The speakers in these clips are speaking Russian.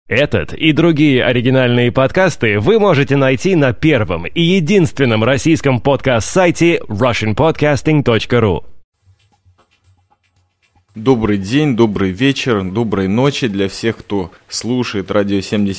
Этот и другие оригинальные подкасты вы можете найти на первом и единственном российском подкаст-сайте russianpodcasting.ru. Добрый день, добрый вечер, доброй ночи для всех, кто слушает радио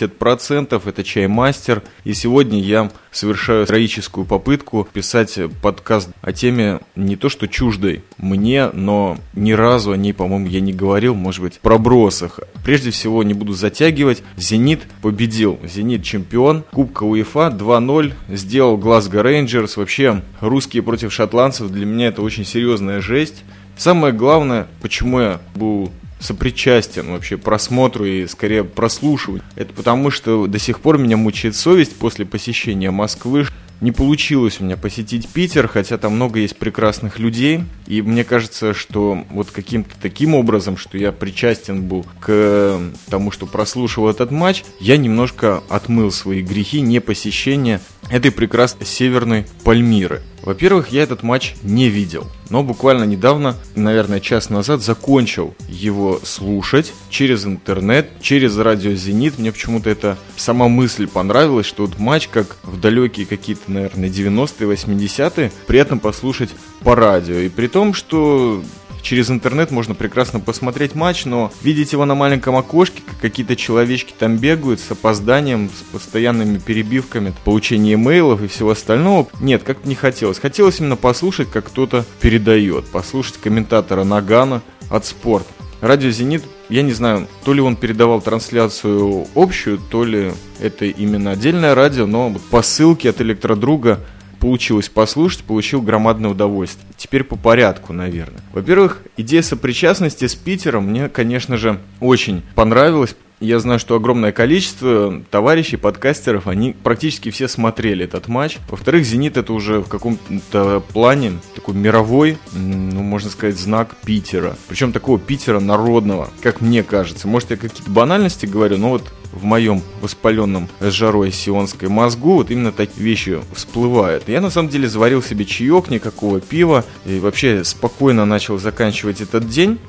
70%. Это Чаймастер. И сегодня я совершаю героическую попытку писать подкаст о теме не то что чуждой мне, но ни разу о ней, по-моему, я не говорил, может быть, в пробросах. Прежде всего, не буду затягивать. «Зенит» победил. «Зенит» чемпион. Кубка УЕФА 2-0. Сделал Глазго Рейнджерс. Вообще, русские против шотландцев для меня это очень серьезная жесть. Самое главное, почему я был сопричастен вообще просмотру и скорее прослушиванию, это потому, что до сих пор меня мучает совесть после посещения Москвы. Не получилось у меня посетить Питер, хотя там много есть прекрасных людей. И мне кажется, что вот каким-то таким образом, что я причастен был к тому, что прослушивал этот матч, я немножко отмыл свои грехи непосещения этой прекрасной Северной Пальмиры. Во-первых, я этот матч не видел, но буквально недавно, наверное, час назад, закончил его слушать через интернет, через радио «Зенит». Мне почему-то эта сама мысль понравилась, что вот матч, как в далекие какие-то, наверное, 90-е, 80-е, приятно послушать по радио. И при том, что через интернет можно прекрасно посмотреть матч, но видеть его на маленьком окошке, как какие-то человечки там бегают с опозданием, с постоянными перебивками, получение имейлов и всего остального, нет, как-то не хотелось. Хотелось именно послушать, как кто-то передает, послушать комментатора Нагана от спорта. Радио «Зенит», я не знаю, то ли он передавал трансляцию общую, то ли это именно отдельное радио, но по ссылке от Электродруга получилось послушать, получил громадное удовольствие. Теперь по порядку, наверное. Во-первых, идея сопричастности с Питером мне, конечно же, очень понравилась. Я знаю, что огромное количество товарищей, подкастеров, они практически все смотрели этот матч. Во-вторых, «Зенит» — это уже в каком-то плане такой мировой, можно сказать, знак Питера. Причем такого Питера народного, как мне кажется. Может, я какие-то банальности говорю, но вот в моем воспаленном с жарой сионской мозгу вот именно такие вещи всплывают. Я на самом деле заварил себе чаек, никакого пива, и вообще спокойно начал заканчивать этот день.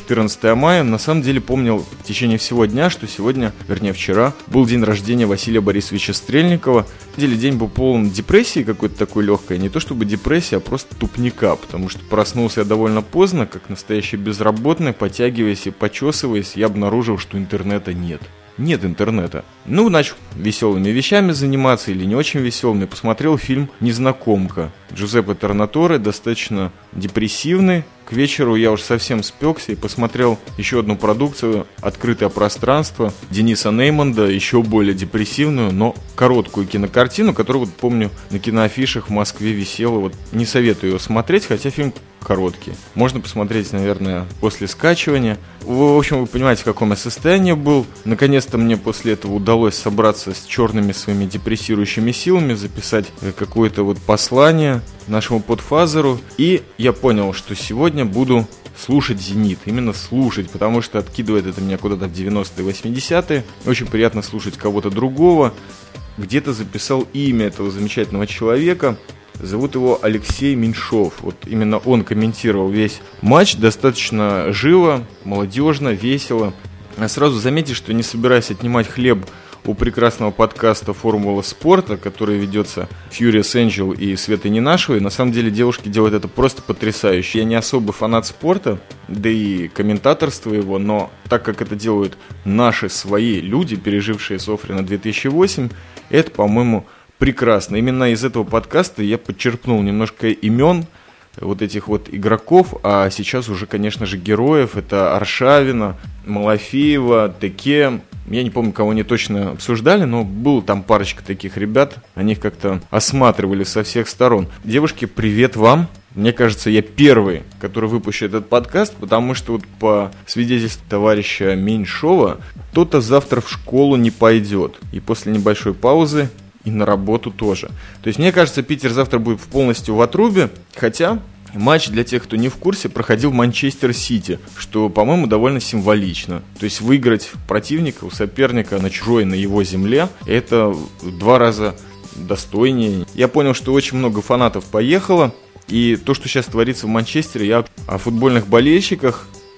14 мая, на самом деле помнил в течение всего дня, что сегодня, вернее вчера, был день рождения Василия Борисовича Стрельникова. На самом деле день был полон депрессии какой-то такой легкой, не то чтобы депрессия, а просто тупника, потому что проснулся я довольно поздно, как настоящий безработный, потягиваясь и почесываясь, я обнаружил, что интернета нет. Нет интернета. Начал веселыми вещами заниматься или не очень веселыми. Посмотрел фильм «Незнакомка» Джузеппе Торнаторе, достаточно депрессивный. К вечеру я уж совсем спекся и посмотрел еще одну продукцию «Открытое пространство» Дениса Неймонда, еще более депрессивную, но короткую кинокартину, которую, помню, на киноафишах в Москве висела. Не советую ее смотреть, хотя фильм короткий. Можно посмотреть, наверное, после скачивания. В общем, вы понимаете, в каком я состоянии был. Наконец-то мне после этого удалось собраться с черными своими депрессирующими силами, записать какое-то послание нашему подфазеру. И я понял, что сегодня буду слушать «Зенит». Именно слушать, потому что откидывает это меня куда-то в 90-е, 80-е. Очень приятно слушать кого-то другого. Где-то записал имя этого замечательного человека. Зовут его Алексей Меньшов. Именно он комментировал весь матч достаточно живо, молодежно, весело. Сразу заметьте, что не собираюсь отнимать хлеб у прекрасного подкаста «Формула спорта», который ведется Furious Angel и Светой Ненашевой. На самом деле девушки делают это просто потрясающе. Я не особый фанат спорта, да и комментаторства его, но так как это делают наши свои люди, пережившие Софрина 2008, это, по-моему, прекрасно. Именно из этого подкаста я подчерпнул немножко имен этих игроков, а сейчас уже, конечно же, героев. Это Аршавина, Малафеева, Теке. Я не помню, кого они точно обсуждали, но было там парочка таких ребят. Они их как-то осматривали со всех сторон. Девушки, привет вам. Мне кажется, я первый, который выпущу этот подкаст, потому что по свидетельству товарища Меньшова, кто-то завтра в школу не пойдет. И после небольшой паузы и на работу тоже. То есть, мне кажется, Питер завтра будет полностью в отрубе, хотя матч, для тех, кто не в курсе, проходил в Манчестер-Сити, что, по-моему, довольно символично. То есть, выиграть противника у соперника на чужой, на его земле, это в 2 раза достойнее. Я понял, что очень много фанатов поехало, и то, что сейчас творится в Манчестере, я о футбольных болельщиках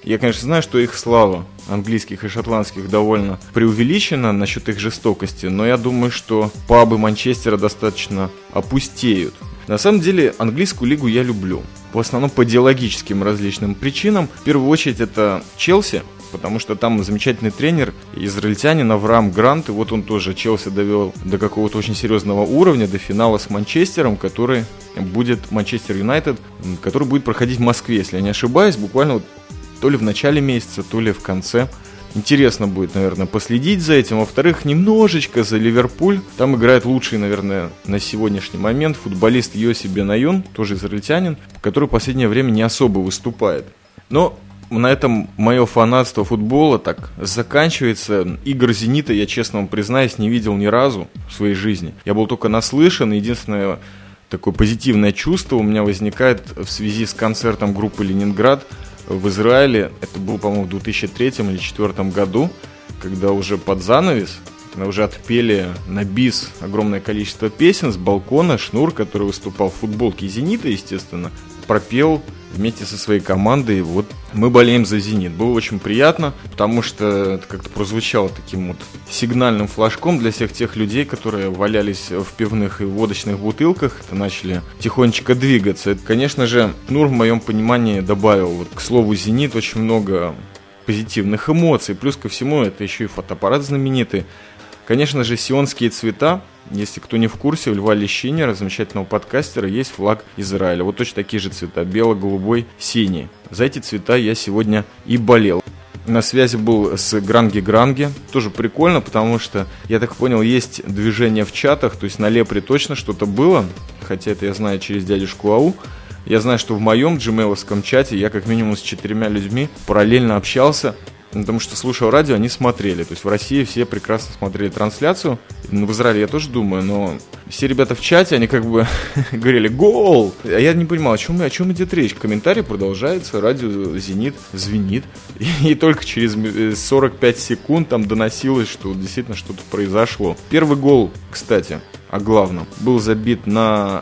Я, конечно, знаю, что их слава английских и шотландских довольно преувеличена насчет их жестокости, но я думаю, что пабы Манчестера достаточно опустеют. На самом деле, английскую лигу я люблю. В основном по идеологическим различным причинам. В первую очередь это Челси, потому что там замечательный тренер, израильтянин Авраам Грант, и вот он тоже Челси довел до какого-то очень серьезного уровня, до финала с Манчестером, который будет Манчестер Юнайтед, который будет проходить в Москве, если я не ошибаюсь, буквально вот то ли в начале месяца, то ли в конце. Интересно будет, наверное, последить за этим. Во-вторых, немножечко за Ливерпуль. Там играет лучший, наверное, на сегодняшний момент футболист Йоси Бенайон, тоже израильтянин, который в последнее время не особо выступает. Но на этом мое фанатство футбола так заканчивается. Игр «Зенита» я, честно вам признаюсь, не видел ни разу в своей жизни. Я был только наслышан. Единственное такое позитивное чувство у меня возникает в связи с концертом группы «Ленинград» в Израиле. Это был, по-моему, в 2003 или 2004 году, когда уже под занавес, когда уже отпели на бис огромное количество песен с балкона. Шнур, который выступал в футболке «Зенита», естественно, пропел вместе со своей командой. Вот мы болеем за «Зенит». Было очень приятно, потому что это как-то прозвучало таким вот сигнальным флажком для всех тех людей, которые валялись в пивных и водочных бутылках, это начали тихонечко двигаться. Это, конечно же, Шнур в моем понимании добавил вот к слову «Зенит» очень много позитивных эмоций. Плюс ко всему, это еще и фотоаппарат знаменитый. Конечно же, сионские цвета. Если кто не в курсе, у Льва Лещинера, замечательного подкастера, есть флаг Израиля. Вот точно такие же цвета, бело-голубой, синий. За эти цвета я сегодня и болел. На связи был с Гранги. Тоже прикольно, потому что, я так понял, есть движение в чатах. То есть на Лепре точно что-то было, хотя это я знаю через дядюшку Ау. Я знаю, что в моем gmail-овском чате я как минимум с 4 людьми параллельно общался. Потому что слушал радио, они смотрели. То есть в России все прекрасно смотрели трансляцию. В Израиле я тоже думаю, но все ребята в чате, они как бы говорили «Гол!». А я не понимал, о чем идет речь. Комментарий продолжается, радио «Зенит» звенит. И только через 45 секунд там доносилось, что действительно что-то произошло. Первый гол, кстати, о главном, был забит на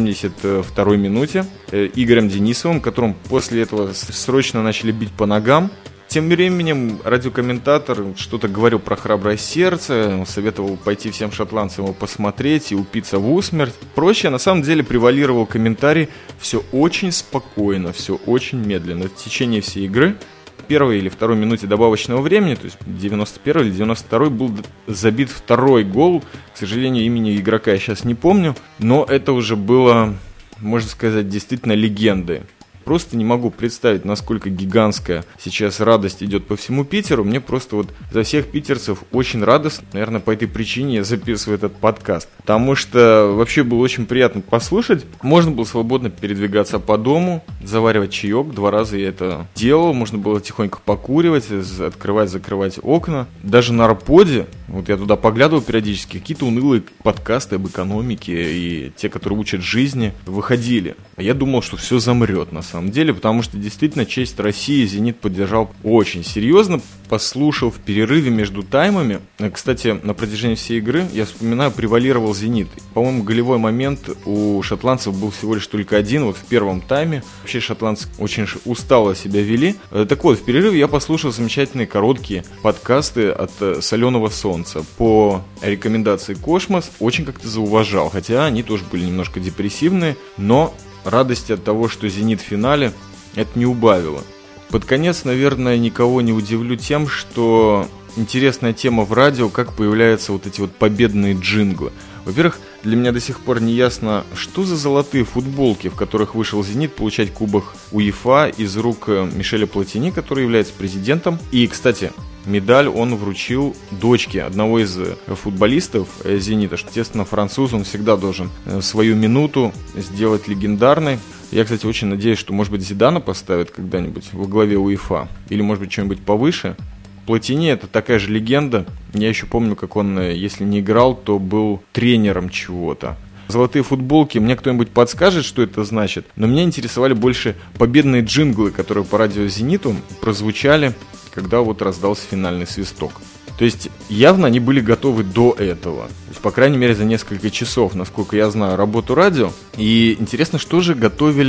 72-й минуте Игорем Денисовым, которым после этого срочно начали бить по ногам. Тем временем радиокомментатор что-то говорил про «Храброе сердце», советовал пойти всем шотландцам его посмотреть и упиться в усмерть. Прочее, на самом деле, превалировал комментарий «все очень спокойно, все очень медленно». В течение всей игры, первой или второй минуте добавочного времени, то есть 91 или 92 был забит второй гол. К сожалению, имени игрока я сейчас не помню, но это уже было, можно сказать, действительно легендой. Просто не могу представить, насколько гигантская сейчас радость идет по всему Питеру. Мне просто вот за всех питерцев очень радостно. Наверное, по этой причине я записываю этот подкаст. Потому что вообще было очень приятно послушать. Можно было свободно передвигаться по дому, заваривать чаек. 2 раза я это делал. Можно было тихонько покуривать, открывать, закрывать окна. Даже на Арподе, вот я туда поглядывал периодически, какие-то унылые подкасты об экономике и те, которые учат жизни, выходили. А я думал, что все замрет на самом деле, потому что действительно честь России «Зенит» поддержал очень серьезно. Послушал в перерыве между таймами. Кстати, на протяжении всей игры, я вспоминаю, превалировал «Зенит». По-моему, голевой момент у шотландцев был всего лишь только один, вот в первом тайме. Вообще шотландцы очень устало себя вели. Так вот, в перерыве я послушал замечательные короткие подкасты от «Соленого солнца» по рекомендации «Космос». Очень как-то зауважал, хотя они тоже были немножко депрессивные, но радости от того, что «Зенит» в финале, это не убавило. Под конец, наверное, никого не удивлю тем, что интересная тема в радио, как появляются вот эти вот победные джинглы. Во-первых, для меня до сих пор не ясно, что за золотые футболки, в которых вышел «Зенит» получать кубок УЕФА из рук Мишеля Платини, который является президентом. И, кстати, медаль он вручил дочке одного из футболистов «Зенита», что, естественно, француз, он всегда должен свою минуту сделать легендарной. Я, кстати, очень надеюсь, что, может быть, Зидана поставят когда-нибудь во главе УЕФА, или, может быть, что-нибудь повыше. Платини — это такая же легенда. Я еще помню, как он, если не играл, то был тренером чего-то. Золотые футболки, мне кто-нибудь подскажет, что это значит, но меня интересовали больше победные джинглы, которые по радио «Зениту» прозвучали, когда вот раздался финальный свисток. То есть явно они были готовы до этого. То есть, по крайней мере, за несколько часов, насколько я знаю, работу радио. И интересно, что же готовили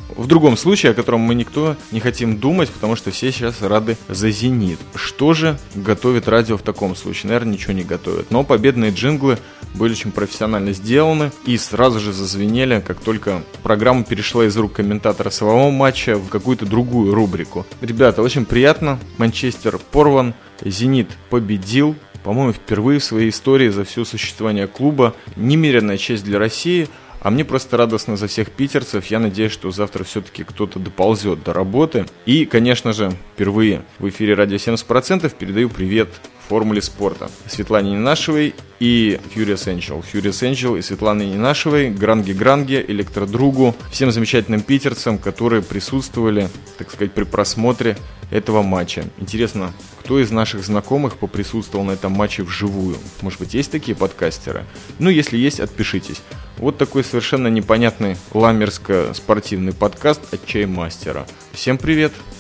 в другом случае, о котором мы никто не хотим думать, потому что все сейчас рады за «Зенит». Что же готовит радио в таком случае? Наверное, ничего не готовит. Но победные джинглы были очень профессионально сделаны и сразу же зазвенели, как только программа перешла из рук комментатора самого матча в какую-то другую рубрику. Ребята, очень приятно. Манчестер порван, «Зенит» победил. По-моему, впервые в своей истории за все существование клуба. Немеренная честь для России. А мне просто радостно за всех питерцев. Я надеюсь, что завтра все-таки кто-то доползет до работы. И, конечно же, впервые в эфире «Радио 70%» передаю привет формуле спорта Светлане Ненашевой и Furious Angel и Светлане Ненашевой, Гранге, Электродругу, всем замечательным питерцам, которые присутствовали, так сказать, при просмотре этого матча. Интересно, кто из наших знакомых поприсутствовал на этом матче вживую? Может быть, есть такие подкастеры? Ну, если есть, отпишитесь. Вот такой совершенно непонятный ламерско-спортивный подкаст от Чаймастера. Всем привет!